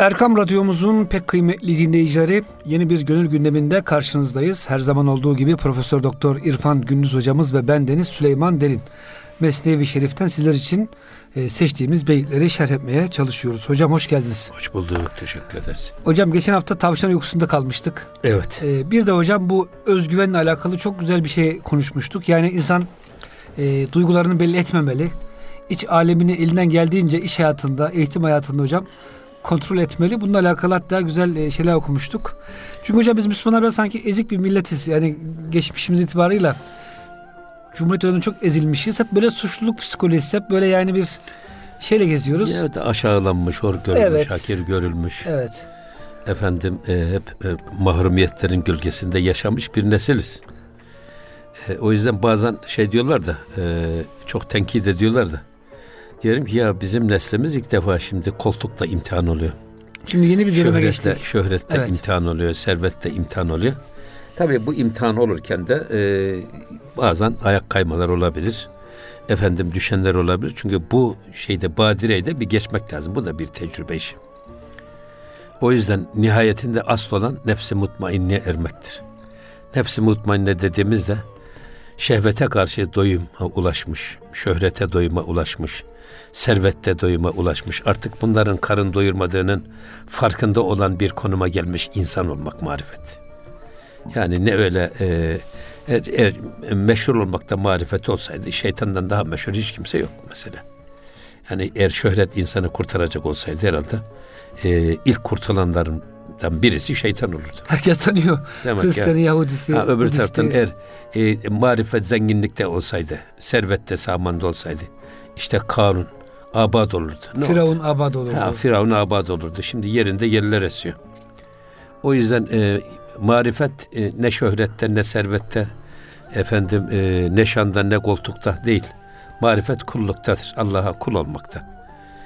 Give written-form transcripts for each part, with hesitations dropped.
Erkam Radyomuzun pek kıymetli dinleyicileri, yeni bir gönül gündeminde karşınızdayız. Her zaman olduğu gibi Profesör Doktor İrfan Gündüz hocamız ve bendeniz Süleyman Derin. Mesnevi Şerif'ten sizler için seçtiğimiz beyitleri şerh etmeye çalışıyoruz. Hocam hoş geldiniz. Hoş bulduk, teşekkür ederiz. Hocam geçen hafta tavşan uykusunda kalmıştık. Evet. Bir de hocam bu özgüvenle alakalı çok güzel bir şey konuşmuştuk. Yani insan duygularını belli etmemeli. İç alemini elinden geldiğince iş hayatında, eğitim hayatında hocam kontrol etmeli. Bununla alakalı hatta güzel şeyler okumuştuk. Çünkü hocam biz Müslümanlar biraz sanki ezik bir milletiz. Yani geçmişimiz itibarıyla Cumhuriyet döneminde çok ezilmişiz. Hep böyle suçluluk psikolojisi, hep böyle yani bir şeyle geziyoruz. Evet, aşağılanmış, hor görülmüş, evet, hakir görülmüş. Evet. Efendim hep mahrumiyetlerin gölgesinde yaşamış bir nesiliz. O yüzden bazen şey diyorlar da çok tenkit ediyorlar da. Diyorum ki ya bizim neslimiz ilk defa şimdi koltukla imtihan oluyor. Şimdi yeni bir döneme geçtik. Şöhretle evet, imtihan oluyor, servetle imtihan oluyor. Tabii bu imtihan olurken de bazen ayak kaymalar olabilir. Efendim düşenler olabilir. Çünkü bu şeyde badireyi de bir geçmek lazım. Bu da bir tecrübe işi. O yüzden nihayetinde asıl olan nefs-i mutmainneye ermektir. Nefs-i mutmainne dediğimizde şehvete karşı doyuma ulaşmış, şöhrete doyuma ulaşmış, servette doyuma ulaşmış. Artık bunların karın doyurmadığının farkında olan bir konuma gelmiş insan olmak marifet. Yani ne öyle eğer meşhur olmakta marifet olsaydı şeytandan daha meşhur hiç kimse yok mesela. Yani eğer şöhret insanı kurtaracak olsaydı herhalde ilk kurtulanlardan birisi şeytan olurdu. Herkes tanıyor. Hristiyanı, Yahudisi. Öbür taraftan eğer marifet zenginlikte olsaydı, servette samanda olsaydı, işte Karun abad olurdu. Firavun abad olurdu. Firavun abad olurdu. Şimdi yerinde yerler esiyor. O yüzden marifet ne şöhrette ne servette, efendim ne şanda ne koltukta değil. Marifet kulluktadır. Allah'a kul olmakta.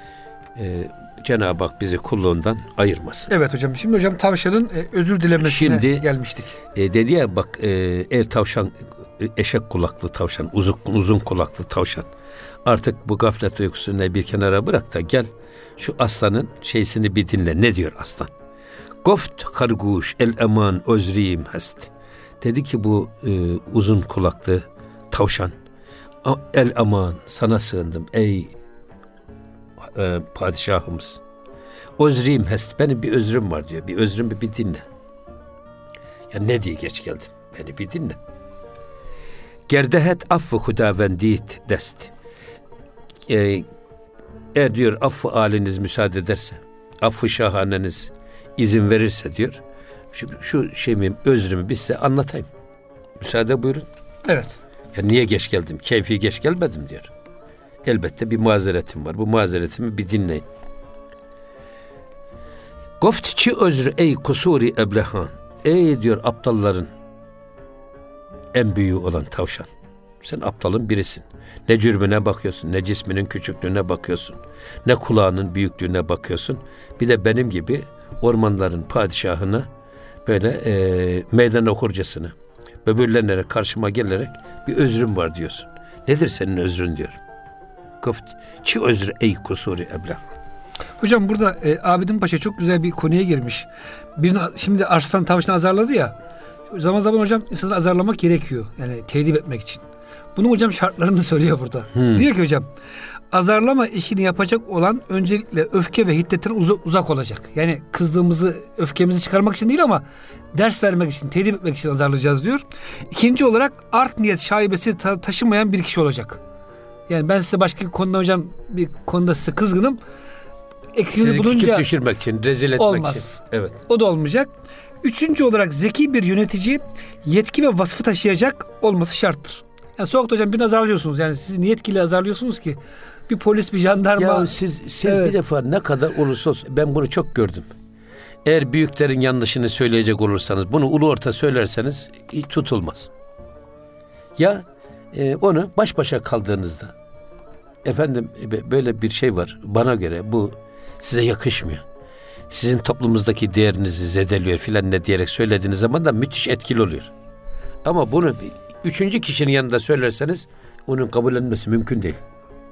Cenab-ı Hak bizi kulluğundan ayırmasın. Evet hocam. Şimdi hocam tavşanın özür dilemesine gelmiştik. Dedi ya bak eğer tavşan eşek kulaklı tavşan, uzun kulaklı tavşan. Artık bu gaflet uykusunu bir kenara bırak da gel şu aslanın şeysini bir dinle. Ne diyor aslan? Goft karguş el eman özriyim hast. Dedi ki bu uzun kulaklı tavşan, el aman sana sığındım ey padişahımız. Özriyim hast, benim bir özrüm var diyor. Bir özrümü bir dinle. Ya ne diye geç geldim? Beni bir dinle. Gerdehet affı hudavendit dest. Eğer diyor affı haliniz müsaade ederse, affı şahaneniz izin verirse diyor, şu şeyimi, özrümü biz size anlatayım. Müsaade buyurun. Evet. Ya niye geç geldim? Keyfi geç gelmedim diyor. Elbette bir mazeretim var. Bu mazeretimi bir dinleyin. Goftçi özrü ey kusuri eblehan. Ey diyor aptalların en büyüğü olan tavşan. Sen aptalın birisin. Ne cürmüne bakıyorsun, ne cisminin küçüklüğüne bakıyorsun, ne kulağının büyüklüğüne bakıyorsun. Bir de benim gibi ormanların padişahına böyle meydan okurcasına böbürlenerek karşıma gelerek bir özrüm var diyorsun. Nedir senin özrün diyor. Çi özrü ey kusuri eblah. Hocam burada Abidin Paşa çok güzel bir konuya girmiş. Şimdi arslan tavşanı azarladı ya. Zaman zaman hocam insanı azarlamak gerekiyor. Yani tedip etmek için. Bunun hocam şartlarını söylüyor burada. Diyor ki hocam, azarlama işini yapacak olan öncelikle öfke ve hiddetten uzak olacak. Yani kızdığımızı, öfkemizi çıkarmak için değil ama ders vermek için, tedip etmek için azarlayacağız diyor. İkinci olarak art niyet şaibesi taşımayan bir kişi olacak. Yani ben size başka bir konuda hocam, bir konuda size kızgınım. Sizi küçük düşürmek için, rezil etmek olmaz. için. Evet. O da olmayacak. Üçüncü olarak zeki bir yönetici yetki ve vasfı taşıyacak olması şarttır. Yani sokakta hocam birini azarlıyorsunuz. Yani siz niye yetkili azarlıyorsunuz ki? Bir polis, bir jandarma. Ya siz evet, bir defa ne kadar olursa olsun, ben bunu çok gördüm. Eğer büyüklerin yanlışını söyleyecek olursanız, bunu ulu orta söylerseniz hiç tutulmaz. Ya onu baş başa kaldığınızda, efendim böyle bir şey var, bana göre bu size yakışmıyor. Sizin toplumuzdaki değerinizi zedeliyor filan ne diyerek söylediğiniz zaman da müthiş etkili oluyor. Ama bunu üçüncü kişinin yanında söylerseniz onun kabullenmesi mümkün değil.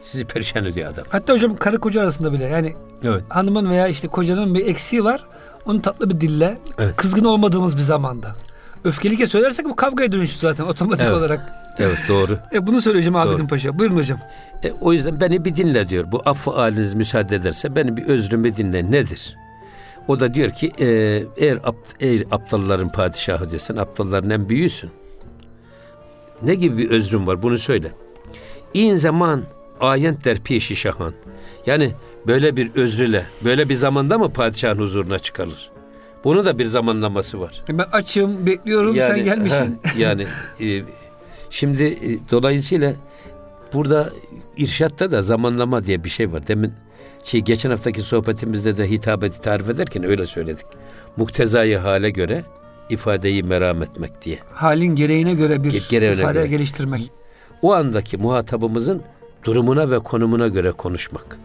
Sizi perişan ediyor adam. Hatta hocam karı koca arasında bile yani Evet. hanımın veya işte kocanın bir eksiği var. Onu tatlı bir dille, Evet. kızgın olmadığımız bir zamanda. Öfkelike söylersek bu kavgaya dönüşür zaten otomatik Evet. olarak. Evet, doğru. Bunu söyleyeceğim Doğru. Abidin Paşa. Buyurun hocam. O yüzden beni bir dinle diyor. Bu affı haliniz müsaade ederse beni bir özrümü dinle. Nedir? O da diyor ki eğer aptalların padişahı diyorsan aptalların en büyüğüsün. Ne gibi bir özrüm var? Bunu söyle. İn zaman ayent der peşi şahan. Yani böyle bir özrüyle, böyle bir zamanda mı padişahın huzuruna çıkarılır? Bunun da bir zamanlaması var. Ben açım, bekliyorum, Yani, sen gelmişsin. Şimdi dolayısıyla burada irşatta da zamanlama diye bir şey var. Demin geçen haftaki sohbetimizde de hitabeti tarif ederken öyle söyledik. Muktezayı hale göre ifadeyi meram etmek diye. Halin gereğine göre bir ifade geliştirmek. O andaki muhatabımızın durumuna ve konumuna göre konuşmak.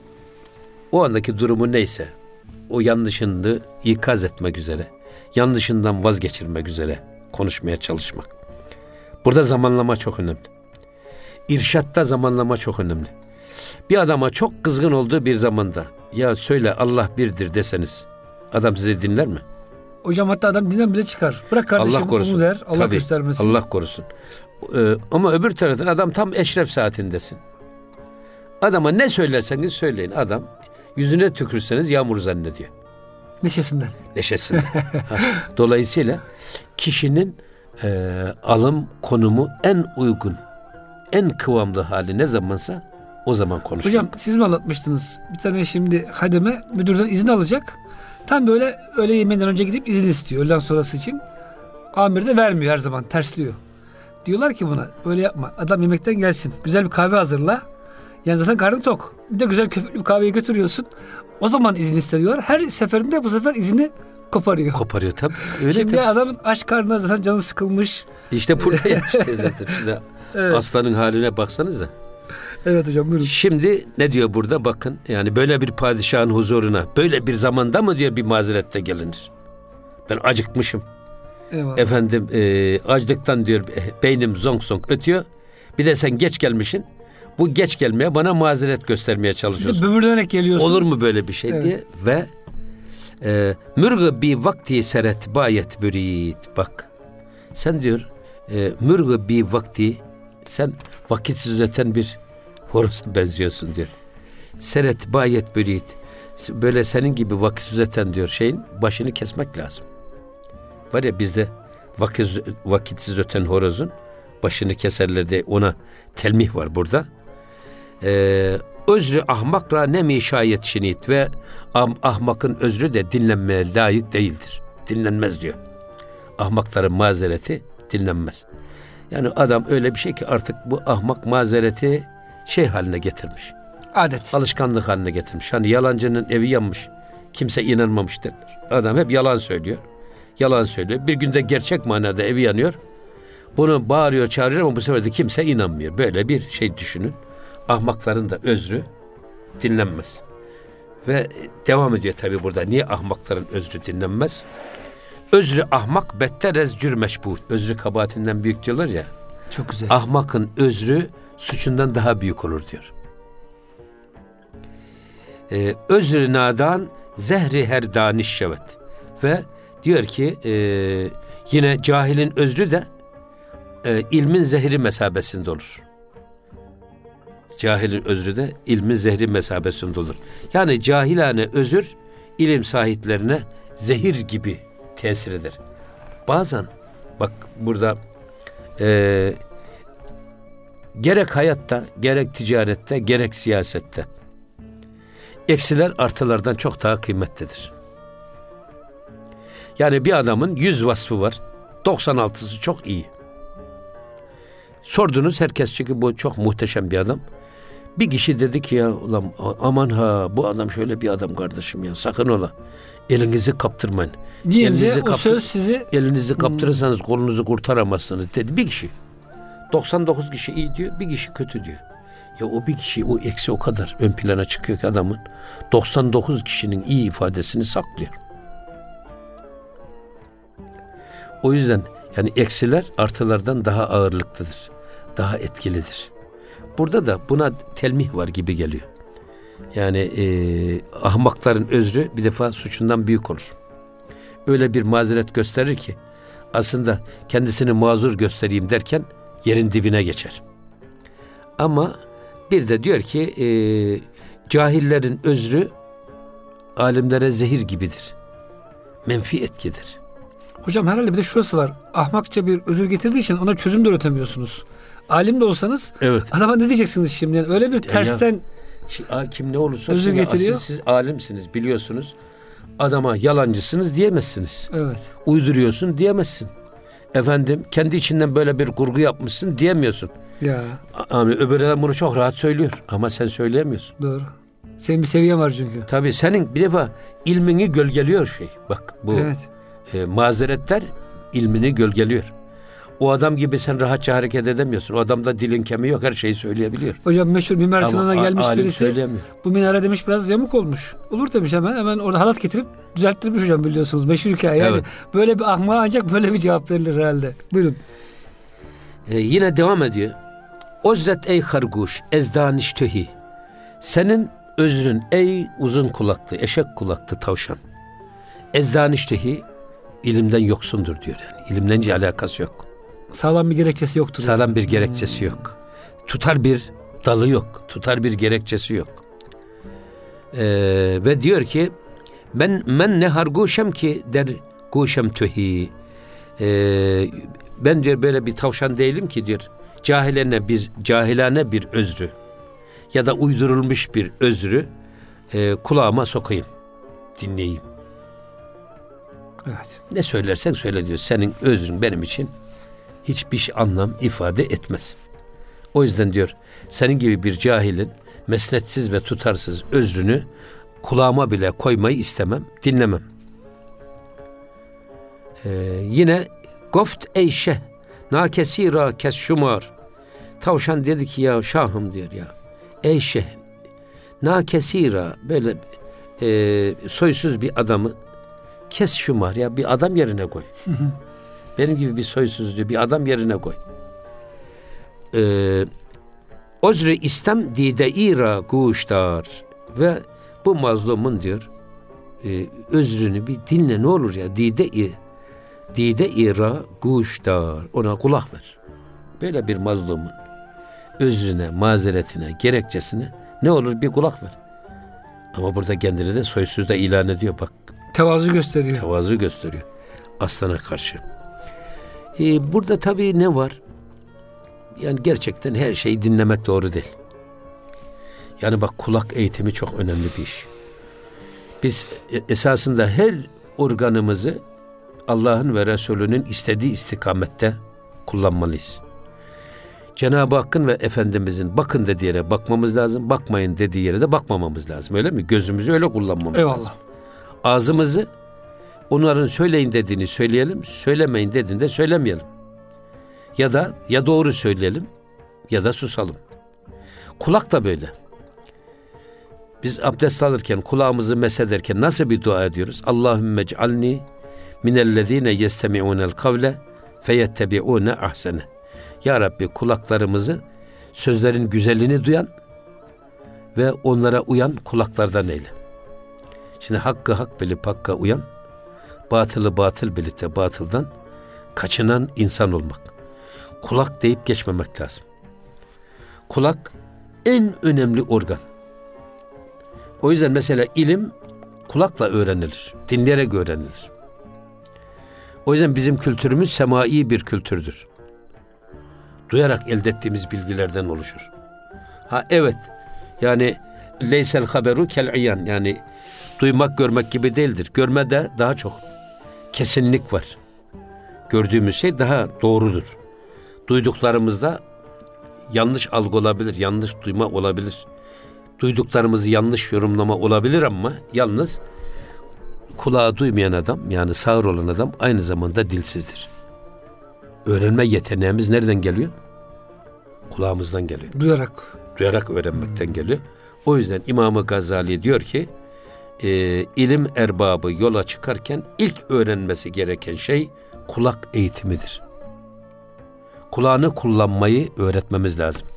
O andaki durumu neyse o yanlışını ikaz etmek üzere, yanlışından vazgeçirmek üzere konuşmaya çalışmak. Burada zamanlama çok önemli. İrşatta zamanlama çok önemli. Bir adama çok kızgın olduğu bir zamanda ya söyle Allah birdir deseniz adam sizi dinler mi? Hocam hatta adam dinden bile çıkar. Bırak kardeşim Allah korusun. bunu der. Allah Tabii, göstermesin. Allah korusun. Ama öbür taraftan adam tam eşref saatindesin. Adama ne söylerseniz söyleyin. Adam yüzüne tükürseniz yağmur zannediyor. Neşesinden. Dolayısıyla kişinin alım konumu en uygun, en kıvamlı hali ne zamansa o zaman konuşuyor. Hocam siz mi anlatmıştınız? Bir tane şimdi hademe müdürden izin alacak. Tam böyle öğle yemeğinden önce gidip izin istiyor öğleden sonrası için. Amir de vermiyor her zaman, tersliyor. Diyorlar ki buna öyle yapma. Adam yemekten gelsin. Güzel bir kahve hazırla. Yani zaten karnın tok. Bir de güzel köpüklü bir kahveyi götürüyorsun. O zaman izin istiyorlar. Her seferinde bu sefer izini koparıyor. Koparıyor tabii. Öyle Şimdi tabii. adamın aç karnına zaten canı sıkılmış. İşte burada işte zaten. Şimdi evet. Aslanın haline baksanıza. Evet hocam buyurun. Şimdi ne diyor burada bakın. Yani böyle bir padişahın huzuruna böyle bir zamanda mı diyor bir mazerette gelinir. Ben acıkmışım. Eyvallah. Efendim açlıktan diyor beynim zonk zonk ötüyor. Bir de sen geç gelmişsin. Bu geç gelmeye bana mazeret göstermeye çalışıyorsun. Böbürlenerek geliyorsun. Olur mu böyle bir şey diye. Ve mürgü bi vakti seret bayet bürit. Bak sen diyor mürgü bi vakti sen vakitsiz öten bir horoza benziyorsun diyor. Seret bayet bürit. Böyle senin gibi vakitsiz öten diyor şeyin başını kesmek lazım. Var ya bizde vakitsiz öten horozun başını keserler diye ona telmih var burada. Özrü ahmakla nemi şayet şinit ve ahmakın özrü de dinlenmeye layık değildir. Dinlenmez diyor. Ahmakların mazereti dinlenmez. Yani adam öyle bir şey ki artık bu ahmak mazereti şey haline getirmiş. Adet. Alışkanlık haline getirmiş. Hani yalancının evi yanmış. Kimse inanmamış derler. Adam hep yalan söylüyor. Yalan söylüyor. Bir günde gerçek manada evi yanıyor. Bunu bağırıyor, çağırıyor ama bu sefer de kimse inanmıyor. Böyle bir şey düşünün. Ahmakların da özrü dinlenmez. Ve devam ediyor tabii burada. Niye ahmakların özrü dinlenmez? Özrü ahmak betterez cürmeşbuh. Özrü kabahatinden büyük diyorlar ya. Çok güzel. Ahmakın özrü suçundan daha büyük olur diyor. Özrü nadan zehri her daniş şevet. Ve diyor ki yine cahilin özrü de ilmin zehri mesabesinde olur. Cahilin özrü de ilmin zehri mesabesinde olur. Yani cahilane özür ilim sahiplerine zehir gibi tesir eder. Bazen bak burada gerek hayatta, gerek ticarette, gerek siyasette eksiler artılardan çok daha kıymetlidir. Yani bir adamın 100 vasfı var. 96'sı çok iyi. Sordunuz herkes çünkü bu çok muhteşem bir adam. Bir kişi dedi ki ya ulan aman ha bu adam şöyle bir adam kardeşim ya sakın ola. Elinizi kaptırmayın. Deyince o söz sizi... Elinizi kaptırırsanız kolunuzu kurtaramazsınız dedi bir kişi. 99 kişi iyi diyor, bir kişi kötü diyor. Ya o bir kişi, o eksi o kadar ön plana çıkıyor ki adamın 99 kişinin iyi ifadesini saklıyor. O yüzden yani eksiler artılardan daha ağırlıklıdır, daha etkilidir. Burada da buna telmih var gibi geliyor. Yani ahmakların özrü bir defa suçundan büyük olur. Öyle bir mazeret gösterir ki aslında kendisini mazur göstereyim derken yerin dibine geçer. Ama bir de diyor ki cahillerin özrü alimlere zehir gibidir. Menfi etkidir. Hocam herhalde bir de şurası var. Ahmakça bir özür getirdiği için ona çözüm de üretemiyorsunuz. Alim de olsanız evet. Adama ne diyeceksiniz şimdi? Yani öyle bir tersten kim ne olursa özür getiriyor. Siz alimsiniz, biliyorsunuz. Adama yalancısınız diyemezsiniz. Evet. Uyduruyorsun diyemezsin. Efendim kendi içinden böyle bir kurgu yapmışsın diyemiyorsun. Ya. Ama öbür adam bunu çok rahat söylüyor ama sen söyleyemiyorsun. Doğru. Senin bir seviyen var çünkü. Tabii senin bir defa ilmini gölgeliyor şey. Bak bu evet. Mazeretler ilmini gölgeliyor. O adam gibi sen rahatça hareket edemiyorsun. O adamda dilin kemiği yok, her şeyi söyleyebiliyor. Hocam meşhur Mimar Sinan'a gelmiş birisi. Bu minare demiş biraz yamuk olmuş. Olur demiş hemen orada halat getirip düzelttirmiş hocam, biliyorsunuz. Meşhur hikaye. Yani evet. Böyle bir ahmağa ancak böyle bir cevap verilir herhalde. Buyurun. Yine devam ediyor. Ozret ey harguş ezdaniş töhi. Senin özrün ey uzun kulaklı, eşek kulaklı tavşan. Ezdaniş töhi, ilimden yoksundur diyor yani. İlimden hiç alakası yok. Sağlam bir gerekçesi yoktur. Sağlam bir gerekçesi yok. Tutar bir dalı yok. Tutar bir gerekçesi yok. Ve diyor ki men ne harguşem ki der guşem töhi. Ben diyor böyle bir tavşan değilim ki diyor. Cahilane bir özrü ya da uydurulmuş bir özrü kulağıma sokayım. Dinleyeyim. Evet. Ne söylersen söyle diyor. Senin özrün benim için hiçbir anlam ifade etmez. O yüzden diyor senin gibi bir cahilin mesnetsiz ve tutarsız özrünü kulağıma bile koymayı istemem, dinlemem. Yine goft eyşeh nakesira kes şumar. Tavşan dedi ki ya şahım diyor ya. Eyşeh nakesira böyle soysuz bir adamı kes şumar ya, bir adam yerine koy. Benim gibi bir soysuz diyor, bir adam yerine koy. Ozre istem dide ira guştar. Ve bu mazlumun diyor özrünü bir dinle ne olur ya. Dide ira guştar. Ona kulak ver. Böyle bir mazlumun özrüne, mazeretine, gerekçesine ne olur bir kulak ver. Ama burada kendini de soysuz da ilan ediyor bak. Tevazu gösteriyor. Tevazu gösteriyor. Aslana karşı. Burada tabii ne var? Yani gerçekten her şeyi dinlemek doğru değil. Yani bak kulak eğitimi çok önemli bir iş. Biz esasında her organımızı Allah'ın ve Resulünün istediği istikamette kullanmalıyız. Cenab-ı Hakk'ın ve Efendimizin bakın dediği yere bakmamız lazım, bakmayın dediği yere de bakmamamız lazım. Öyle mi? Gözümüzü öyle kullanmamız lazım. Ağzımızı onların söyleyin dediğini söyleyelim, söylemeyin dediğinde söylemeyelim. Ya doğru söyleyelim ya da susalım. Kulak da böyle. Biz abdest alırken, kulağımızı mesederken nasıl bir dua ediyoruz? Allahümme ec'alni minellezine yestemi'unel kavle feyettebi'une ahsene. Ya Rabbi kulaklarımızı sözlerin güzelliğini duyan ve onlara uyan kulaklardan eyle. Şimdi hakkı hak bilip hakka uyan, batılı batıl bilip de batıldan kaçınan insan olmak. Kulak deyip geçmemek lazım. Kulak en önemli organ. O yüzden mesela ilim kulakla öğrenilir, dinleyerek öğrenilir. O yüzden bizim kültürümüz semai bir kültürdür. Duyarak elde ettiğimiz bilgilerden oluşur. Ha evet, yani leysel haberu kel'iyan, yani duymak görmek gibi değildir. Görmede daha çok kesinlik var. Gördüğümüz şey daha doğrudur. Duyduklarımızda yanlış algı olabilir, yanlış duyma olabilir. Duyduklarımızı yanlış yorumlama olabilir ama yalnız kulağı duymayan adam, yani sağır olan adam aynı zamanda dilsizdir. Öğrenme yeteneğimiz nereden geliyor? Kulağımızdan geliyor. Duyarak öğrenmekten geliyor. O yüzden İmam-ı Gazali diyor ki ilim erbabı yola çıkarken ilk öğrenmesi gereken şey kulak eğitimidir. Kulağını kullanmayı öğretmemiz lazım.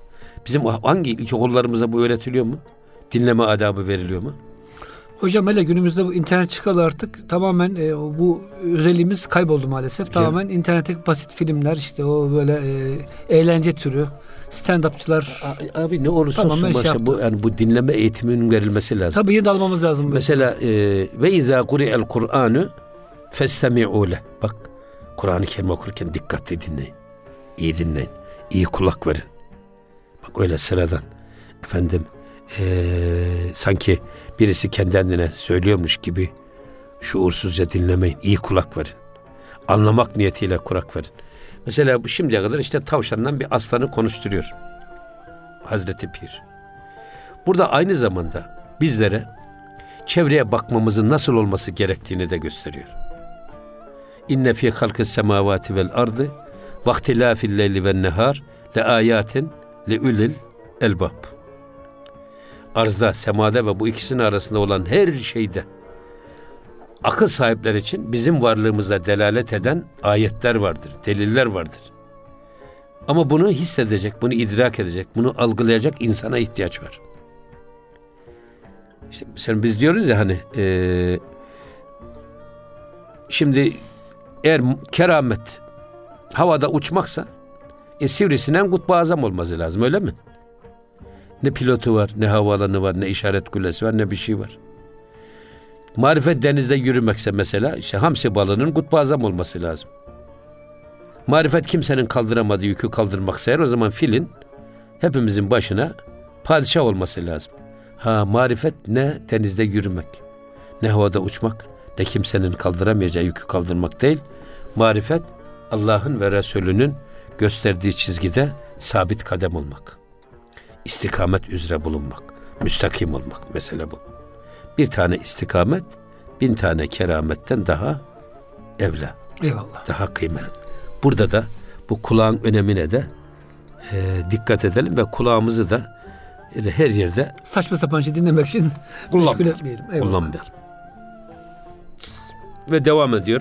Bizim hangi ilkokullarımıza bu öğretiliyor mu? Dinleme adabı veriliyor mu? Hocam hele günümüzde bu internet çıkalı artık tamamen bu özelliğimiz kayboldu maalesef. Tamamen internette basit filmler, işte o böyle eğlence türü, stand-upçılar. Abi ne olursa olsun bu dinleme eğitiminin verilmesi lazım. Tabii yine de almamız lazım. Mesela ve izâ kuri'el Kur'anu festemi'û leh. Bak, Kur'an-ı Kerim okurken dikkatli dinleyin. İyi dinleyin. İyi kulak verin. Bak öyle sıradan. Efendim sanki birisi kendine söylüyormuş gibi şuursuzca dinlemeyin. İyi kulak verin. Anlamak niyetiyle kulak verin. Mesela bu şimdiye kadar işte tavşandan bir aslanı konuşturuyor Hazreti Pir. Burada aynı zamanda bizlere çevreye bakmamızın nasıl olması gerektiğini de gösteriyor. İnne fî halkis semâvâti vel ardı vaktilâfil leyli ven nehâr le âyâtin le ulil elbab. Arzda, semada ve bu ikisinin arasında olan her şeyde akıl sahipleri için bizim varlığımıza delalet eden ayetler vardır, deliller vardır. Ama bunu hissedecek, bunu idrak edecek, bunu algılayacak insana ihtiyaç var. İşte biz diyoruz ya hani şimdi eğer keramet havada uçmaksa sivrisinden kutbu azam olması lazım, öyle mi? Ne pilotu var, ne havaalanı var, ne işaret kulesi var, ne bir şey var. Marifet denizde yürümekse mesela işte hamsi balığının kutbu azam olması lazım. Marifet kimsenin kaldıramadığı yükü kaldırmaksa eğer, o zaman filin hepimizin başına padişah olması lazım. Marifet ne denizde yürümek, ne havada uçmak, ne kimsenin kaldıramayacağı yükü kaldırmak değil. Marifet Allah'ın ve Resulünün gösterdiği çizgide sabit kadem olmak. İstikamet üzere bulunmak, müstakim olmak, mesele bu. Bir tane istikamet, 1000 tane kerametten daha evla. Eyvallah. Daha kıymetli. Burada da bu kulağın önemine de dikkat edelim ve kulağımızı da her yerde saçma sapan şey dinlemek için meşgul etmeyelim. Kullanmayalım. Ve devam ediyor.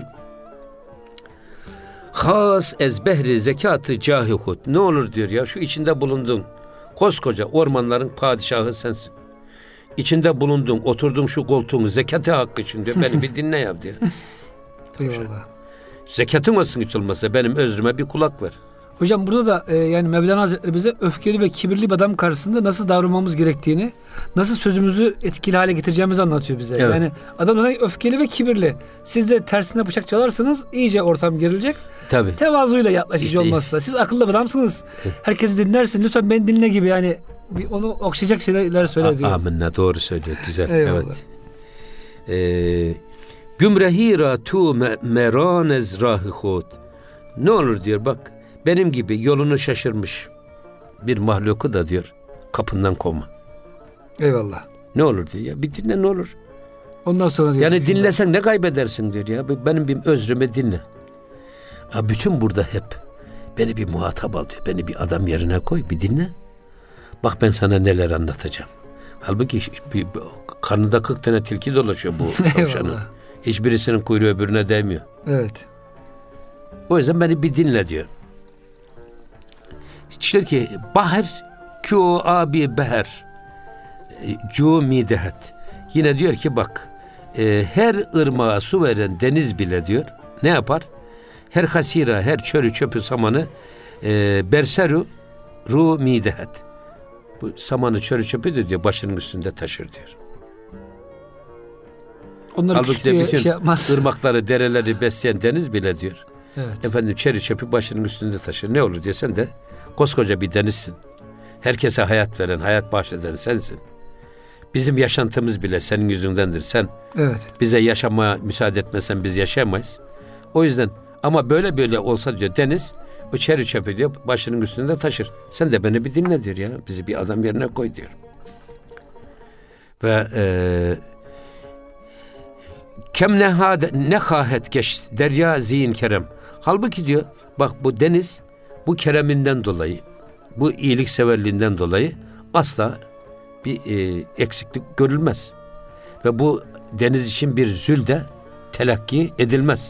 Has ezbehri zekatı cahihut. Ne olur diyor ya, şu içinde bulunduğun koskoca ormanların padişahı sensin. İçinde bulunduğun, oturduğun şu koltuğun zekatı hakkı için diyor. Beni bir dinle ya diyor. Eyvallah. Zekatın olsun hiç olmazsa benim özrüme bir kulak ver. Hocam burada da yani Mevlana Hazretleri bize öfkeli ve kibirli bir adam karşısında nasıl davranmamız gerektiğini, nasıl sözümüzü etkili hale getireceğimizi anlatıyor bize. Evet. Yani adam öfkeli ve kibirli. Siz de tersine bıçak çalarsanız iyice ortam gerilecek. Tabii. Tevazuyla yaklaşıcı olmazsa. Siz akıllı bir adamsınız. Herkesi dinlersin. Lütfen beni dinle gibi, yani onu okşayacak şeyler söyle diyor. Amenna, doğru söylüyor. Güzel. Eyvallah. Evet. Gümrehira tu meranez rahihut. Ne olur diyor, bak benim gibi yolunu şaşırmış bir mahluku da diyor kapından kovma. Eyvallah. Ne olur diyor ya, bir dinle ne olur. Ondan sonra diyor. Yani dinlesen ne kaybedersin diyor ya, benim bir özrümü dinle. Bütün burada hep beni bir muhatap al diyor, beni bir adam yerine koy, bir dinle. Bak ben sana neler anlatacağım. Halbuki karnında 40 tane tilki dolaşıyor bu tavşanın. Hiçbirisinin kuyruğu öbürüne değmiyor. Evet. O yüzden beni bir dinle diyor. İşte ki bahar kû abi beher cu midehet. Yine diyor ki bak her ırmağa su veren deniz bile diyor ne yapar? Her hasira, her çölü çöpü samanı berseru ru midehet. Bu samanı çölü çöpü de diyor başının üstünde taşır diyor. Onları halbuki de bütün yapmaz. ırmakları, dereleri besleyen deniz bile diyor. Evet. Efendim çeri çöpü başının üstünde taşır. Ne olur diyor, sen de koskoca bir denizsin. Herkese hayat veren, hayat bahşeden sensin. Bizim yaşantımız bile senin yüzündendir. Sen bize yaşamaya müsaade etmezsen biz yaşayamayız. O yüzden ama böyle olsa diyor deniz, o çeri çöpü diyor başının üstünde taşır. Sen de beni bir dinle diyor ya. Bizi bir adam yerine koy diyor. Ve kem nehahet geç derya zihin kerem. Halbuki diyor bak bu deniz bu kereminden dolayı, bu iyilikseverliğinden dolayı asla bir eksiklik görülmez. Ve bu deniz için bir zül de telakki edilmez.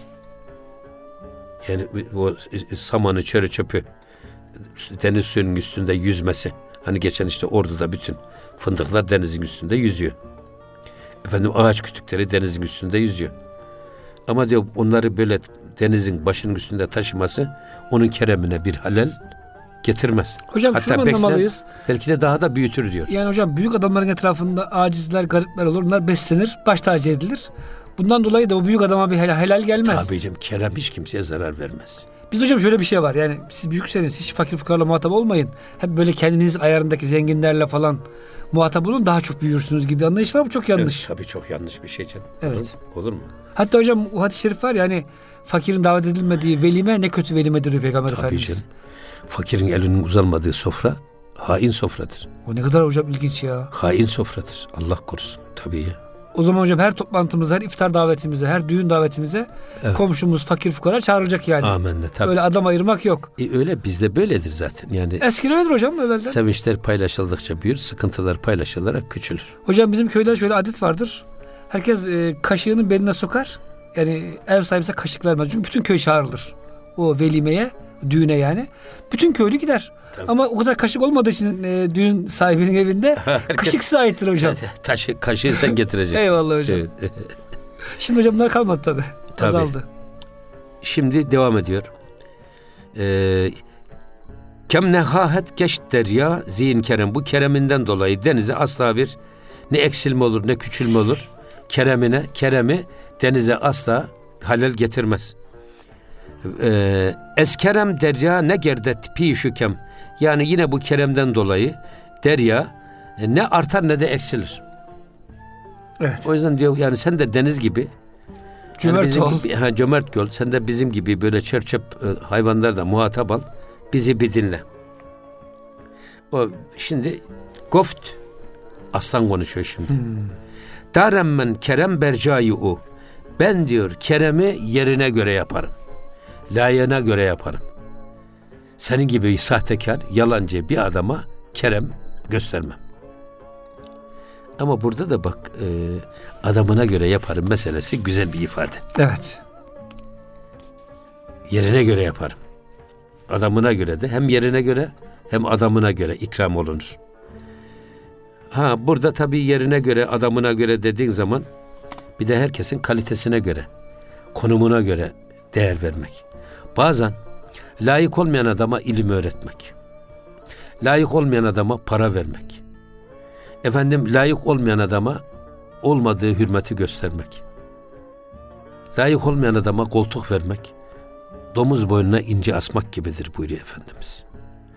Yani o samanı, çörü çöpü deniz suyunun üstünde yüzmesi. Hani geçen işte Ordu'da bütün fındıklar denizin üstünde yüzüyor. Efendim ağaç kütükleri denizin üstünde yüzüyor. Ama diyor onları böyle denizin başının üstünde taşıması onun keremine bir halel getirmez. Hocam şunu anlamalıyız. Belki de daha da büyütür diyor. Yani hocam büyük adamların etrafında acizler, garipler olur. Onlar beslenir, baş tacı edilir. Bundan dolayı da o büyük adama bir helal gelmez. Tabii canım, kerem hiç kimseye zarar vermez. Bizde hocam şöyle bir şey var. Yani siz büyükseniz hiç fakir fukarla muhatap olmayın. Hep böyle kendiniz ayarındaki zenginlerle falan muhatap olun. Daha çok büyürsünüz gibi bir anlayış var. Bu çok yanlış. Evet, tabii çok yanlış bir şey canım. Evet. Olur mu? Hatta hocam o hadis-i şerif var ya, hani fakirin davet edilmediği velime ne kötü velimedir diyor Peygamber tabii Efendimiz. Canım. Fakirin elinin uzanmadığı sofra hain sofradır. O ne kadar hocam ilginç ya. Hain sofradır. Allah korusun. Tabii ya. O zaman hocam her toplantımıza, her iftar davetimize, her düğün davetimize komşumuz fakir fukara çağrılacak yani. Amenna, tabii. Öyle adam ayırmak yok. Öyle bizde böyledir zaten. Yani eskiden öyledir hocam evvelden. Sevinçler paylaşıldıkça büyür, sıkıntılar paylaşılarak küçülür. Hocam bizim köyde şöyle adet vardır. Herkes kaşığını beline sokar. Yani ev sahibi ise kaşık vermez. Çünkü bütün köy çağrılır o velimeye, düğüne yani. Bütün köylü gider. Tabii. Ama o kadar kaşık olmadığı için düğün sahibinin evinde kaşık size aittir hocam. Kaşığı sen getireceksin. Eyvallah hocam. Evet. Şimdi hocam bunlar kalmadı tabii. Azaldı. Şimdi devam ediyor. Kem nehahet geç derya zihin kerem. Bu kereminden dolayı denize asla bir ne eksilme olur ne küçülme olur. Keremi denize asla halel getirmez. Eskerem derya ne gerdet pişükem. Yani yine bu keremden dolayı derya ne artar ne de eksilir. Evet. O yüzden diyor yani sen de deniz gibi cömert ol. Cömert ol. Sen de bizim gibi böyle çerçöp hayvanlarla muhatap al. Bizi bir dinle. O şimdi Goft aslan konuşuyor şimdi. Daremmen kerem bercayı o. Ben diyor keremi yerine göre yaparım. Layığına göre yaparım. Senin gibi sahtekar, yalancı bir adama kerem göstermem. Ama burada da bak adamına göre yaparım meselesi güzel bir ifade. Evet. Yerine göre yaparım. Adamına göre de hem yerine göre hem adamına göre ikram olunur. Burada tabii yerine göre, adamına göre dediğin zaman bir de herkesin kalitesine göre, konumuna göre değer vermek. Bazen layık olmayan adama ilim öğretmek. Layık olmayan adama para vermek. Layık olmayan adama olmadığı hürmeti göstermek. Layık olmayan adama koltuk vermek, domuz boynuna inci asmak gibidir buyuruyor Efendimiz.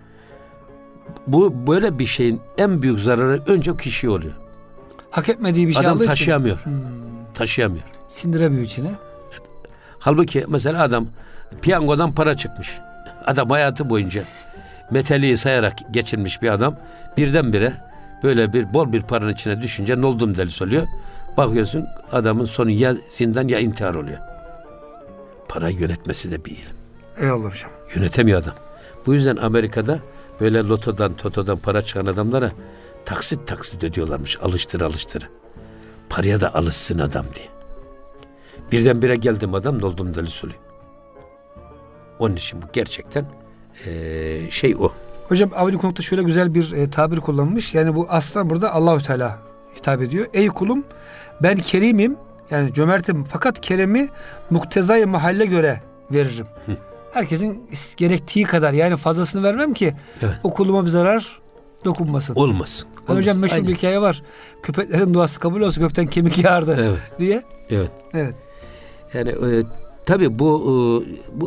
Bu böyle bir şeyin en büyük zararı önce kişiye oluyor. Hak etmediği bir şey adam taşıyamıyor. Taşıyamıyor. Sindiremiyor içine. Halbuki mesela adam piyangodan para çıkmış. Adam hayatı boyunca meteliği sayarak geçirmiş bir adam. Birdenbire böyle bir bol bir paranın içine düşünce ne oldum delisi oluyor. Bakıyorsun adamın sonu ya zindan ya intihar oluyor. Parayı yönetmesi de bir ilim. Eyvallah hocam. Yönetemiyor adam. Bu yüzden Amerika'da böyle lotodan, totodan para çıkan adamlara taksit ödüyorlarmış. Alıştır. Paraya da alışsın adam diye. Birdenbire geldim adam doldum delisi oluyor. Onun için bu gerçekten o. Hocam Avni Konuk'ta şöyle güzel bir tabir kullanmış. Yani bu aslan burada Allahü Teala hitap ediyor. Ey kulum ben kerimim, yani cömertim, fakat keremi muktezai mahalle göre veririm. Herkesin gerektiği kadar, yani fazlasını vermem ki o kuluma bir zarar dokunmasın. Olmasın. Hocam meşhur bir hikaye var. Köpeklerin duası kabul olsun, gökten kemik yağardı diye. Evet. Yani tabii bu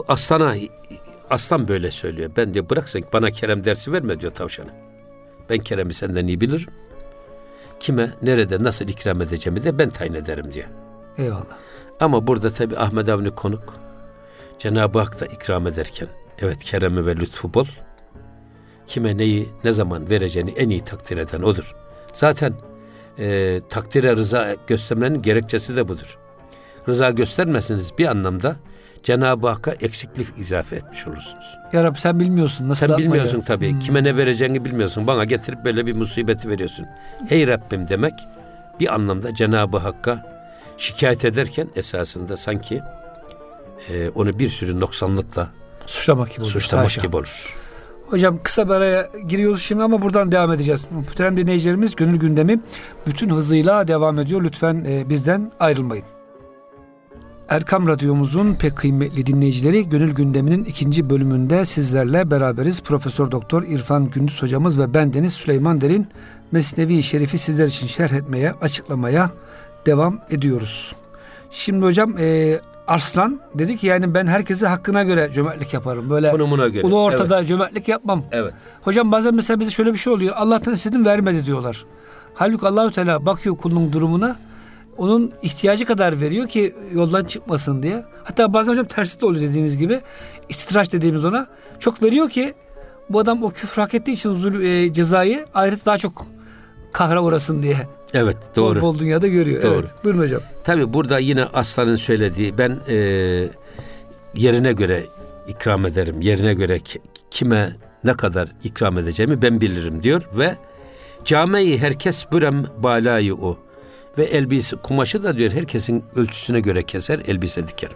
aslan böyle söylüyor. Ben diyor bıraksan bana kerem dersi verme diyor tavşana. Ben keremi senden iyi bilirim. Kime, nerede, nasıl ikram edeceğimi de ben tayin ederim diyor. Eyvallah. Ama burada tabii Ahmet Avni Konuk Cenab-ı Hak da ikram ederken keremi ve lütfu bol. Kime neyi, ne zaman vereceğini en iyi takdir eden odur. Zaten takdire rıza göstermenin gerekçesi de budur. Rıza göstermezseniz bir anlamda Cenab-ı Hakk'a eksiklik izafe etmiş olursunuz. Ya Rabbi sen bilmiyorsun. Nasıl sen bilmiyorsun tabii. Kime ne vereceğini bilmiyorsun. Bana getirip böyle bir musibeti veriyorsun. Hey Rabbim demek bir anlamda Cenab-ı Hakk'a şikayet ederken esasında sanki onu bir sürü noksanlıkla suçlamak gibi olur. Hocam kısa bir araya giriyoruz şimdi ama buradan devam edeceğiz. Muhterem dinleyicilerimiz, Gönül Gündemi bütün hızıyla devam ediyor. Lütfen bizden ayrılmayın. Erkam Radyomuzun pek kıymetli dinleyicileri, Gönül Gündemi'nin 2. bölümünde sizlerle beraberiz. Profesör Doktor İrfan Gündüz hocamız ve bendeniz Süleyman Derin, Mesnevi-i Şerif'i sizler için şerh etmeye, açıklamaya devam ediyoruz. Şimdi hocam Arslan dedi ki yani ben herkese hakkına göre cömertlik yaparım. Böyle konumuna göre. Ulu ortada cömertlik yapmam. Evet. Hocam bazen mesela bize şöyle bir şey oluyor. Allah'tan istedim vermedi diyorlar. Halbuki Allahu Teala bakıyor kulun durumuna. Onun ihtiyacı kadar veriyor ki yoldan çıkmasın diye. Hatta bazen hocam tersi de oluyor dediğiniz gibi. İstidraç dediğimiz ona. Çok veriyor ki bu adam o küfür hak ettiği için cezayı ahiret daha çok kahra uğrasın diye. Evet, doğru. Bol dünyada görüyor. Doğru. Evet. Buyurun hocam. Tabii burada yine Aslan'ın söylediği, ben yerine göre ikram ederim. Yerine göre kime ne kadar ikram edeceğimi ben bilirim diyor ve cameyi herkes bürem balayı o. Ve elbise kumaşı da diyor herkesin ölçüsüne göre keser, elbise dikerim.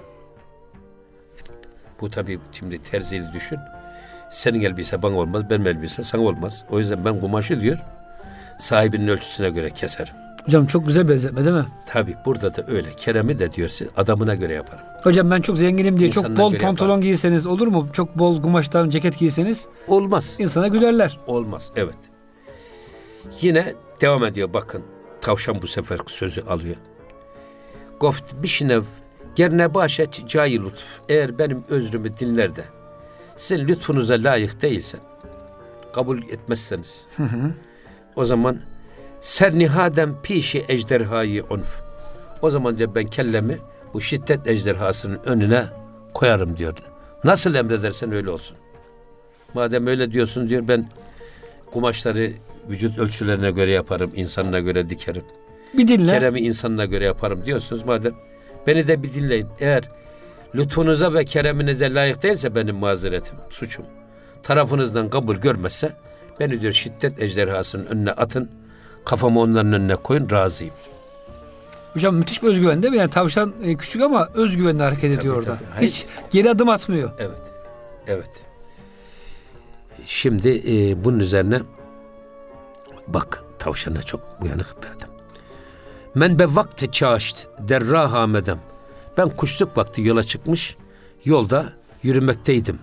Bu tabii şimdi terzili düşün. Senin elbise bana olmaz, benim elbise sana olmaz. O yüzden ben kumaşı diyor sahibinin ölçüsüne göre keserim. Hocam çok güzel benzetme değil mi? Tabii burada da öyle. Kerem'i de diyorsa adamına göre yaparım. Hocam ben çok zenginim diye İnsanına çok bol göre pantolon yaparım. giyseniz olur mu? Çok bol kumaştan ceket giyseniz Olmaz. insana gülerler. Olmaz, evet. Yine devam ediyor bakın. Tavşan bu sefer sözü alıyor. Goft bişinev gerne başet cayi lütf. Eğer benim özrümü dinler de sizin lütfunuza layık değilsen, kabul etmezseniz o zaman sernihadem pişi ejderhayı unf. O zaman diyor ben kellemi bu şiddet ejderhasının önüne koyarım diyor. Nasıl emredersen öyle olsun. Madem öyle diyorsun diyor ben kumaşları vücut ölçülerine göre yaparım, insanına göre dikerim. Bir dinle. Kerem'i insanına göre yaparım diyorsunuz. Madem beni de bir dinleyin. Eğer lütfunuza ve kereminize layık değilse benim mazeretim, suçum, tarafınızdan kabul görmezse beni diyor şiddet ejderhasının önüne atın, kafamı onların önüne koyun, razıyım. Hocam müthiş bir özgüven değil mi? Yani tavşan küçük ama özgüvenle hareket ediyor orada. Hayır. Hiç geri adım atmıyor. Evet. Evet. Şimdi bunun üzerine bak tavşana çok uyanık bir adam. Men be vakti çaşt derra hamedem. Ben kuşluk vakti yola çıkmış, yolda yürümekteydim.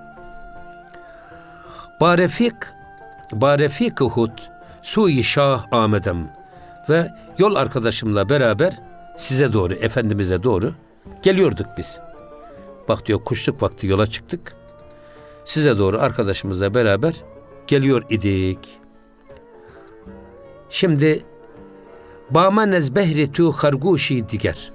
Barefik hut suyi şah amedem. Ve yol arkadaşımla beraber size doğru, Efendimiz'e doğru geliyorduk biz. Bak diyor kuşluk vakti yola çıktık. Size doğru arkadaşımızla beraber geliyor idik. Şimdi Bâmenez behritu harguşi diger.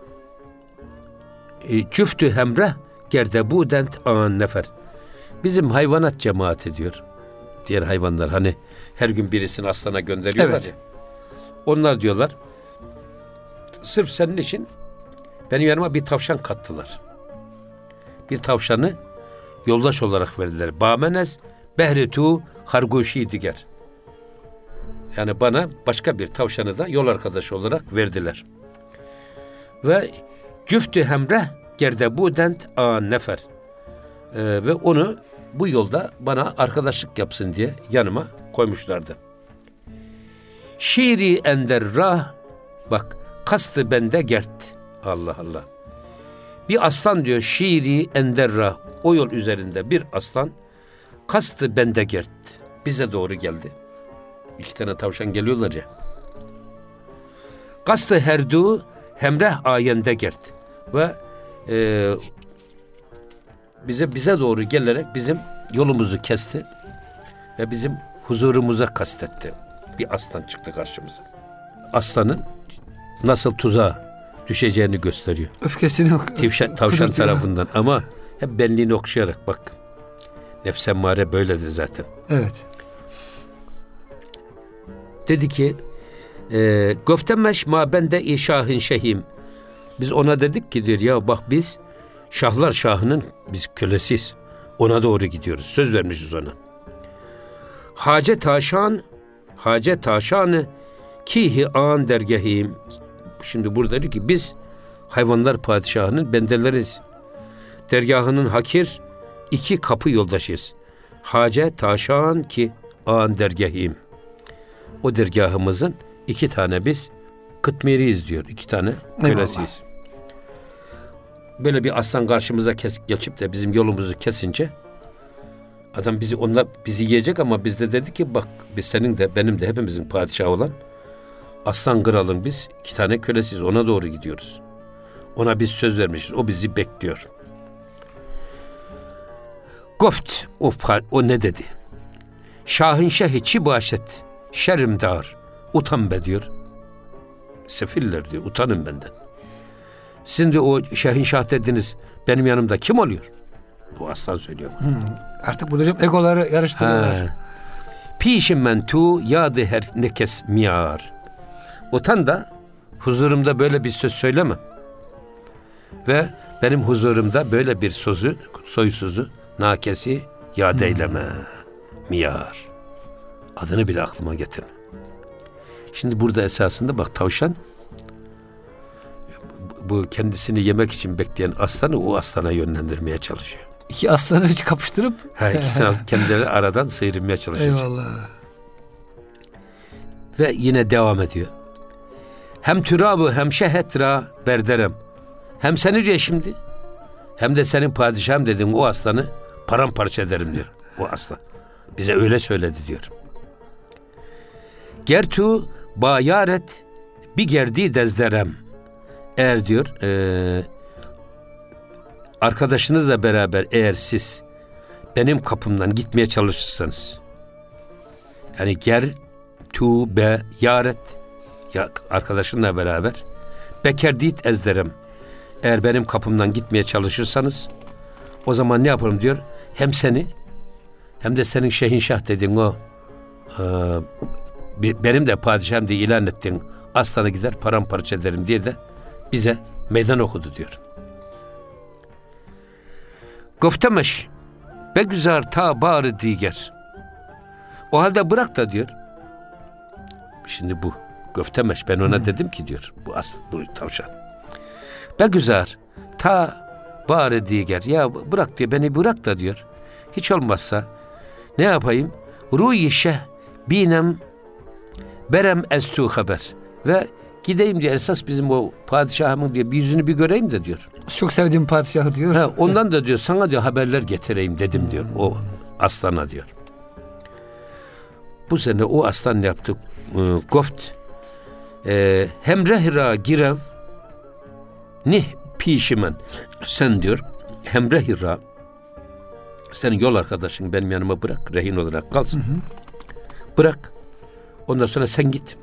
Cüftü hemreh gerdebudent an nefer. Bizim hayvanat cemaati diyor. Diğer hayvanlar hani her gün birisini aslana gönderiyorlar Evet. ya. Onlar diyorlar sırf senin için benim yanıma bir tavşan kattılar. Bir tavşanı yoldaş olarak verdiler. Bâmenez behritu harguşi diger. Yani bana başka bir tavşanı da yol arkadaşı olarak verdiler. Ve cüftü hemreh gerdebudent an nefer. Ve onu bu yolda bana arkadaşlık yapsın diye yanıma koymuşlardı. Şiiri ender rah, bak kastı bende gert. Allah Allah. Bir aslan diyor şiiri ender rah, o yol üzerinde bir aslan kastı bende gert. Bize doğru geldi. 2 tane tavşan geliyorlar ya. Kastı herdu hemreh ayende gert. Ve bize doğru gelerek bizim yolumuzu kesti ve bizim huzurumuza kastetti. Bir aslan çıktı karşımıza. Aslanın nasıl tuzağa düşeceğini gösteriyor. Öfkesini Tavşan tarafından ama hep benliğini okşayarak bak. Nefs emmare böyledir zaten. Evet. Dedi ki Göftemeş ma bende işahın şehim. Biz ona dedik ki diyor ya bak biz şahlar şahının biz kölesiyiz. Ona doğru gidiyoruz. Söz vermişiz ona. Hace taşanı kihi an dergahim. Şimdi burada diyor ki biz hayvanlar padişahının bendeleriz. Dergahının hakir 2 kapı yoldaşıyız. Hace taşan ki an dergahim. O dergahımızın 2 tane biz kıtmiriyiz diyor. 2 tane kölesiyiz. Böyle bir aslan karşımıza geçip de bizim yolumuzu kesince adam bizi yiyecek ama biz de dedi ki bak biz senin de benim de hepimizin padişahı olan aslan kralın biz 2 tane kölesiyiz. Ona doğru gidiyoruz. Ona biz söz vermişiz. O bizi bekliyor. Goft o ne dedi? Şahın şehi çi başet şerrimdar utan be diyor. Sefiller diyor utanın benden. Sizin de o şehinşah dediniz benim yanımda kim oluyor? O aslan söylüyor. Artık burada hocam egoları yarıştırıyorlar. Pişim men tu yadı her nekes miyar. Utan da huzurumda böyle bir söz söyleme. Ve benim huzurumda böyle bir soysuzu, nakesi yad eyleme. Miyar. Adını bile aklıma getirme. Şimdi burada esasında bak tavşan bu kendisini yemek için bekleyen aslanı o aslana yönlendirmeye çalışıyor. 2 aslanı kapıştırıp İkisini kendileri aradan sıyırmaya çalışıyor. Eyvallah. Ve yine devam ediyor. Hem türabı hem şehetra berderem. Hem seni diyor şimdi hem de senin padişahım dediğin o aslanı paramparça ederim diyor. O aslan. Bize öyle söyledi diyor. Gertu bayaret bir gerdi dezderem. Eğer diyor arkadaşınızla beraber eğer siz benim kapımdan gitmeye çalışırsanız yani ger tu be yaret ya arkadaşınla beraber bekerdit ezderem eğer benim kapımdan gitmeye çalışırsanız o zaman ne yaparım diyor hem seni hem de senin şehinşah dediğin o benim de padişahım diye ilan ettiğin aslanı gider paramparça ederim diye de bize meydan okudu diyor. Goftemeş be güzel ta bağrı diger. O halde bırak da diyor. Şimdi bu Goftemeş ben ona dedim ki diyor bu tavşan. Be güzel ta bağrı diger. Ya bırak diyor beni bırak da diyor. Hiç olmazsa ne yapayım? Ruhi şeh binem berem estu haber. Ve gideyim diyor esas bizim o padişahımın diyor bir yüzünü bir göreyim de diyor. Çok sevdiğim padişahı diyor. Ondan da diyor sana diyor haberler getireyim dedim diyor o aslana diyor. Bu sene o aslan yaptı goft hemrehra girev nih pişimen sen diyor hemrehra senin yol arkadaşın benim yanıma bırak rehin olarak kalsın. Bırak ondan sonra sen git.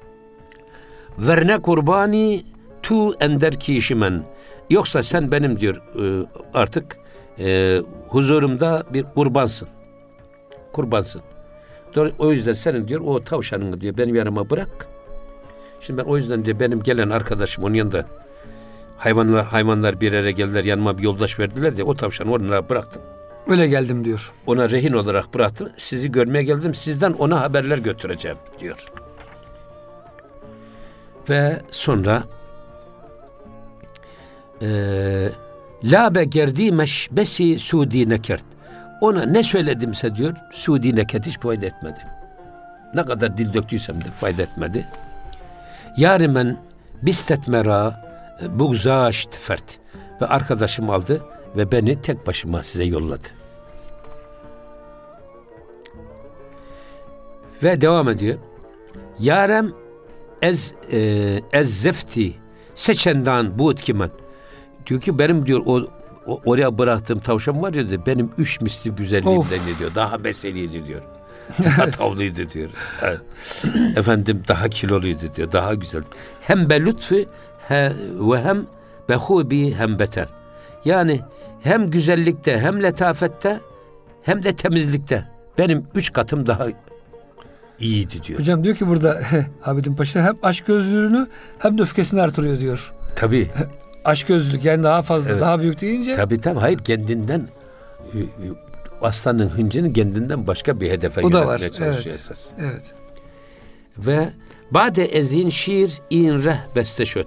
Verne kurbani tu ender kişimen. Yoksa sen benim diyor artık huzurumda bir kurbansın. Kurbansın. O yüzden senin diyor o tavşanını diyor benim yanıma bırak. Şimdi ben o yüzden diyor benim gelen arkadaşım onun yanında hayvanlar bir yere geldiler yanıma bir yoldaş verdiler diye o tavşanı onlara bıraktım. Öyle geldim diyor. Ona rehin olarak bıraktım. Sizi görmeye geldim. Sizden ona haberler götüreceğim diyor. Ve sonra la be gerdi meşbesi sudi nekert. Ona ne söyledimse diyor sudi neket hiç fayda etmedi. Ne kadar dil döktüysem de fayda etmedi. Yarimen bistetmera bugzaşt fert. Ve arkadaşım aldı ve beni tek başıma size yolladı. Ve devam ediyor. Yarem ez zefti seçendan buğut kimen. Diyor ki benim diyor oraya bıraktığım tavşan var ya diyor, benim 3 misli güzelliğimden diyor. Daha beseliydi diyor. Daha tavlıydı diyor. Efendim daha kiloluydu diyor. Daha güzel. Hem be lütfü ve hem be hubi hem beten. Yani hem güzellikte hem letafette hem de temizlikte benim 3 katım daha iyiydi diyor. Hocam diyor ki burada Abidin Paşa hem açgözlülüğünü hem de öfkesini artırıyor diyor. Tabii. Açgözlülük yani daha fazla evet. Daha büyük deyince. Tabii hayır kendinden aslanın hıncını kendinden başka bir hedefe yöneltmeye çalışıyor esas. Evet. Ve bade ezin şiir in reh besteşöt.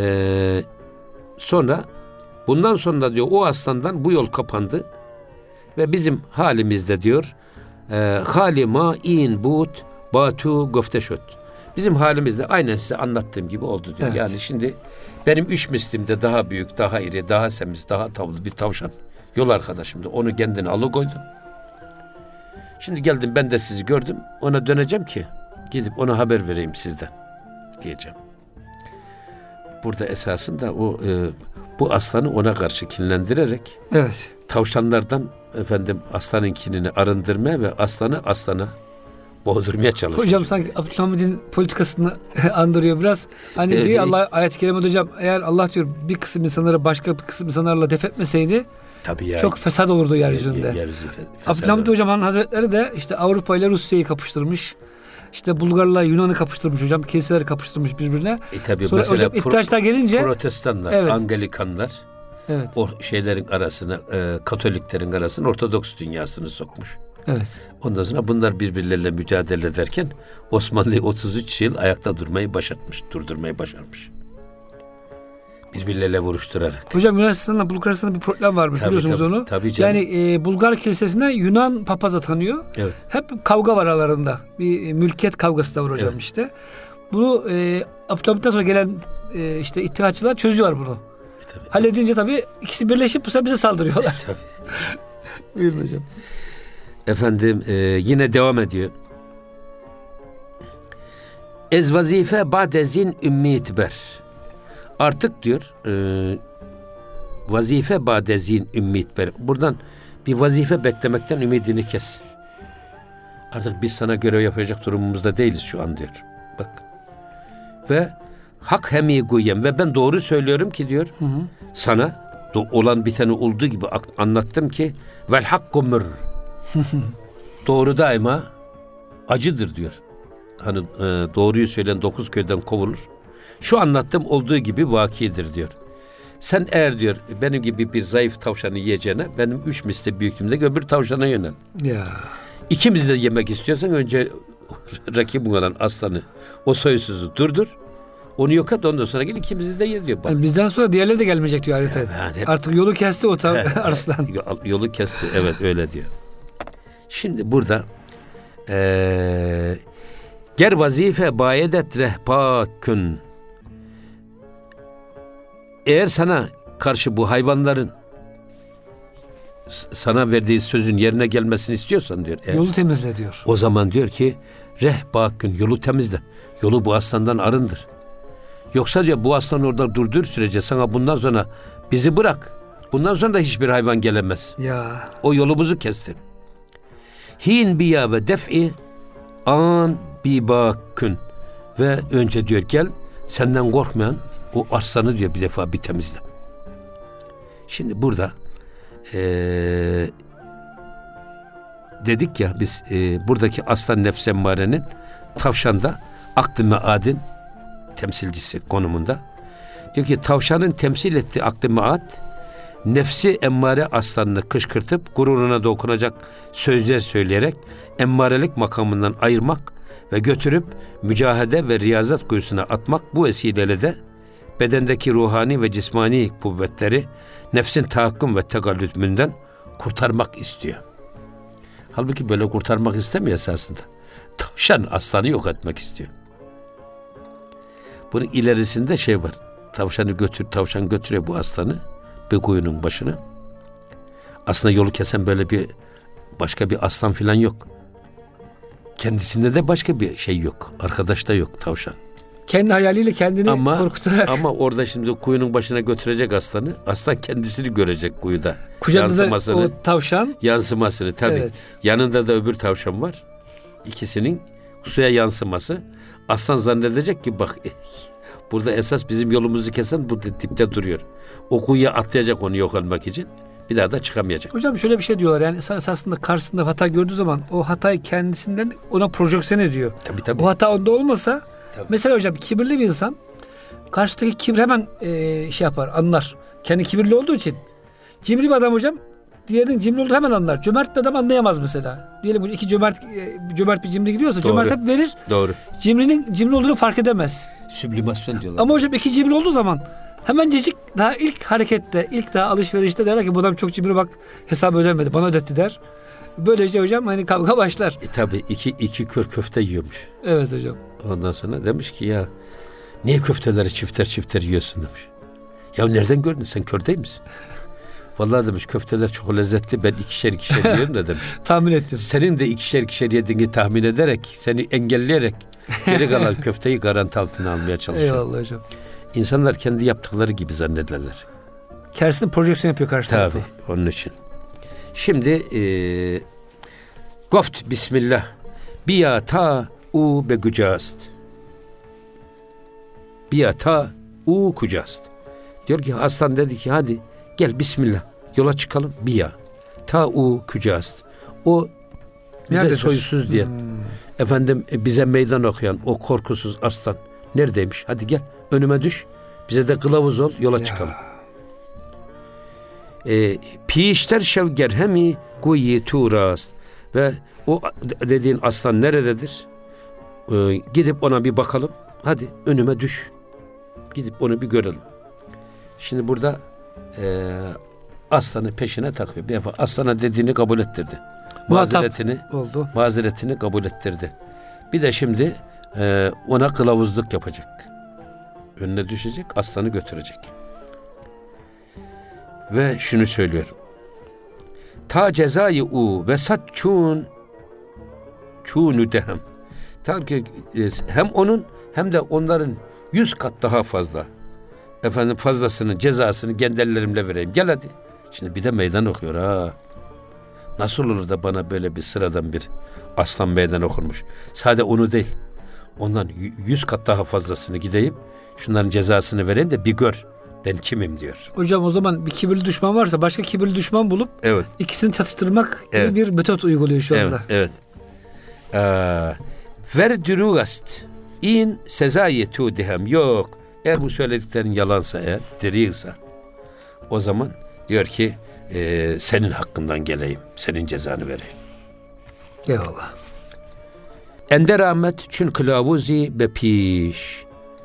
Sonra bundan sonra diyor o aslandan bu yol kapandı. Ve bizim halimizde diyor halima in but batu göfteşöt. Bizim halimizde aynen size anlattığım gibi oldu diyor. Evet. Yani şimdi benim 3 mislimde daha büyük, daha iri, daha semiz, daha tavlı bir tavşan yol arkadaşımdı. Onu kendine alıkoydu. Şimdi geldim, ben de sizi gördüm. Ona döneceğim ki gidip ona haber vereyim sizden diyeceğim. Burada esasında o bu aslanı ona karşı kinlendirerek Evet. tavşanlardan aslanın kinini arındırmaya ve aslanı aslana boğdurmaya çalışıyor. Hocam sanki Abdülhamid'in politikasını andırıyor biraz. Hani diyor Allah ayet-i kerimede hocam, eğer Allah diyor bir kısım insanları başka bir kısım insanlarla def etmeseydi tabii ya, çok fesat olurdu yeryüzünde. Abdülhamid Hocam Han Hazretleri de işte Avrupa ile Rusya'yı kapıştırmış. İşte Bulgar'la Yunan'ı kapıştırmış hocam. Kiliseleri kapıştırmış birbirine. Tabii sonra hocam İttihaç'ta gelince Protestanlar, evet, Anglikanlar evet, o şeylerin arasına Katoliklerin arasına Ortodoks dünyasını sokmuş. Evet. Ondan sonra bunlar birbirleriyle mücadele ederken Osmanlı'yı 33 yıl ayakta durdurmayı başarmış. Birbirleriyle vuruşturarak. Hocam Yunanistan'la Bulgaristan'da bir problem varmış, tabii, biliyorsunuz tabii, onu. tabii canım. Yani Bulgar kilisesinde Yunan papaz atanıyor. Evet. Hep kavga var aralarında. Bir mülkiyet kavgası da var hocam, evet, işte. Bunu Abdülhamid'den sonra gelen işte İttihatçılar çözüyorlar bunu. Tabii. Halledince tabii ikisi birleşip bu sefer bize saldırıyorlar. Tabii. Buyurun hocam. Yine devam ediyor. Ez vazife ba'dezin ümmiyetber. Artık diyor vazife ba'dezin ümmiyetber. Buradan bir vazife beklemekten ümidini kes. Artık biz sana görev yapacak durumumuzda değiliz şu an diyor. Bak. Ve hak hemi guyem, ve ben doğru söylüyorum ki diyor, sana olan biteni olduğu gibi anlattım ki vel hakku mür. Doğru daima acıdır diyor. Hani doğruyu söyleyen 9 köyden kovulur. Şu anlattığım olduğu gibi vakidir diyor. Sen eğer diyor benim gibi bir zayıf tavşanı yiyeceğine benim 3 misli büyüklüğümde öbür tavşana yönel. Ya. İkimiz de yemek istiyorsan önce rakibin olan aslanı, o soysuzu durdur. Onu yok et, ondan sonra gel ikimizi de ye diyor. Yani bizden sonra diğerleri de gelmeyecek diyor harita. Yani artık yolu kesti o arslan. Yolu kesti, evet öyle diyor. Şimdi burada ger vazife bayedet rehbakün. Eğer sana karşı bu hayvanların sana verdiği sözün yerine gelmesini istiyorsan diyor. Yolu temizle diyor. O zaman diyor ki rehbakün, yolu temizle. Yolu bu aslandan arındır. Yoksa diyor bu aslan orada durduğu sürece sana bundan sonra bizi bırak. Bundan sonra da hiçbir hayvan gelemez. Ya. O yolumuzu kesti. Hin biya ve def'i an bibakün. Ve önce diyor gel senden korkmayan o arslanı diyor bir defa bir temizle. Şimdi burada dedik ya biz buradaki aslan nefs emmarenin tavşanda aklı meadin temsilcisi konumunda. Diyor ki tavşanın temsil ettiği aklı mead nefsi emmare aslanını kışkırtıp gururuna dokunacak sözler söyleyerek emmarelik makamından ayırmak ve götürüp mücahede ve riyazat kuyusuna atmak, bu vesileyle de bedendeki ruhani ve cismani kuvvetleri nefsin tahakküm ve tegallütmünden kurtarmak istiyor. Halbuki böyle kurtarmak istemiyor esasında. Tavşan aslanı yok etmek istiyor. Bunun ilerisinde şey var. Tavşan götürüyor bu aslanı bir kuyunun başına. Aslında yolu kesen böyle başka bir aslan filan yok. Kendisinde de başka bir şey yok. Arkadaş da yok tavşan. Kendi hayaliyle kendini korkutarak. Ama orada şimdi kuyunun başına götürecek aslanı. Aslan kendisini görecek kuyuda. Kucağında o tavşan. Yansımasını tabii. Evet. Yanında da öbür tavşan var. İkisinin suya yansıması. Aslan zannedecek ki bak burada esas bizim yolumuzu kesen bu dipte duruyor. O kuyuya atlayacak onu yok olmak için. Bir daha da çıkamayacak. Hocam şöyle bir şey diyorlar, yani esasında karşısında hata gördüğü zaman o hatayı kendisinden ona projeksiyon ediyor. Tabii. O hata onda olmasa mesela hocam kibirli bir insan karşıdaki kibir hemen şey yapar, anlar. Kendi kibirli olduğu için. Cimri bir adam hocam diğerinin cimri olduğunu hemen anlar. Cömert bir adam anlayamaz mesela. Diyelim bu iki cömert bir cimri gidiyorsa doğru. Cömert hep verir. Doğru. Cimrinin cimri olduğunu fark edemez. Süblimasyon diyorlar. Ama hocam iki cimri olduğu zaman Hemencecik daha ilk harekette, ilk daha alışverişte derler ki bu adam çok cimri, bak hesabı ödemedi, bana ödetti der. Böylece hocam hani kavga başlar. Tabii iki kör köfte yiyormuş. Evet hocam. Ondan sonra demiş ki ya niye köfteleri çifter yiyorsun demiş. Ya nereden gördün, sen kör değil misin? Vallahi demiş köfteler çok lezzetli, ben ikişer yiyorum da demiş. Tahmin ettim. Senin de ikişer yediğini tahmin ederek, seni engelleyerek geri kalan köfteyi garanti altına almaya çalışıyor. Eyvallah hocam. İnsanlar kendi yaptıkları gibi zannederler. Kersine projeksiyon yapıyor karşı tarafı. Tabii onun için. Şimdi Goft Bismillah Biyata u begücast Biyata u kucast. Diyor ki aslan dedi ki hadi gel Bismillah yola çıkalım. Biya ta u kucast. O bize Nerededir? soysuz diye. Efendim bize meydan okuyan o korkusuz aslan neredeymiş? Hadi gel önüme düş. Bize de kılavuz ol, yola çıkalım. Pişter şevger hemi guyi turas. Ve o dediğin aslan nerededir? Gidip ona bir bakalım. Hadi önüme düş. Gidip onu bir görelim. Şimdi burada aslanı peşine takıyor. Bir defa aslana dediğini kabul ettirdi. Mazeretini kabul ettirdi. Bir de şimdi ona kılavuzluk yapacak. Önüne düşecek, aslanı götürecek. Ve şunu söylüyorum. Ta cezayı u ve sat çunu dehem. Tabii ki hem onun hem de onların 100 kat daha fazla. Efendim fazlasının cezasını kendi ellerimle vereyim. Gel hadi. Şimdi bir de meydan okuyor ha. Nasıl olur da bana böyle bir sıradan bir aslan meydan okurmuş. Sadece onu değil. Ondan 100 kat daha fazlasını gideyim. Şunların cezasını vereyim de bir gör. Ben kimim diyor. Hocam o zaman bir kibirli düşman varsa başka kibirli düşman bulup ikisini çatıştırmak gibi bir metot uyguluyor şu anda. Evet. Ver dürügast in sezayetu dehem. Yok. Eğer bu söylediklerin yalansa, eğer diriyse, o zaman diyor ki senin hakkından geleyim. Senin cezanı vereyim. Eyvallah. Ender rahmet çün kılavuzi be piş.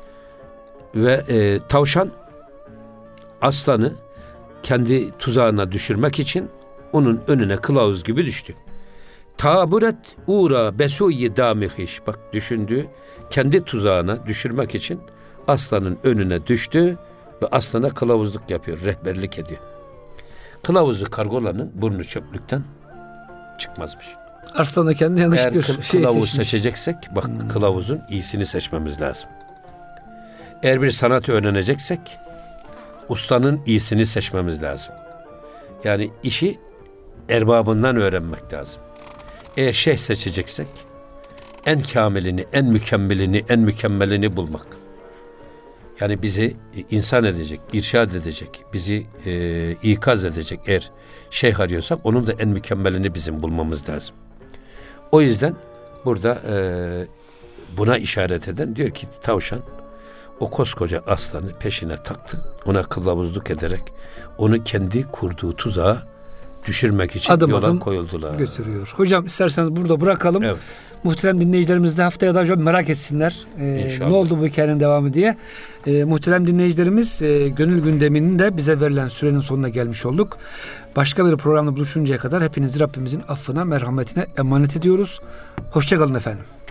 Ve tavşan aslanı kendi tuzağına düşürmek için onun önüne kılavuz gibi düştü. Taburet uğra besuyi damihiş. Bak düşündü, kendi tuzağına düşürmek için aslanın önüne düştü ve aslana kılavuzluk yapıyor, rehberlik ediyor. Kılavuzu kargolanın burnu çöplükten çıkmazmış. Arslan da kendi yanlış bir kılavuz seçmiş. Seçeceksek bak kılavuzun iyisini seçmemiz lazım. Eğer bir sanatı öğreneceksek ustanın iyisini seçmemiz lazım. Yani işi erbabından öğrenmek lazım. Eğer şeyh seçeceksek en kamilini, en mükemmelini bulmak. Yani bizi insan edecek, irşad edecek, bizi ikaz edecek eğer şeyh arıyorsak onun da en mükemmelini bizim bulmamız lazım. O yüzden burada buna işaret eden diyor ki tavşan o koskoca aslanı peşine taktı. Ona kılavuzluk ederek onu kendi kurduğu tuzağa düşürmek için yola koyuldular. Götürüyor. Hocam isterseniz burada bırakalım. Evet. Muhterem dinleyicilerimiz de haftaya da hocam merak etsinler. Ne oldu bu hikayenin devamı diye. Muhterem dinleyicilerimiz gönül gündeminin de bize verilen sürenin sonuna gelmiş olduk. Başka bir programda buluşuncaya kadar hepinizi Rabbimizin affına, merhametine emanet ediyoruz. Hoşça kalın efendim.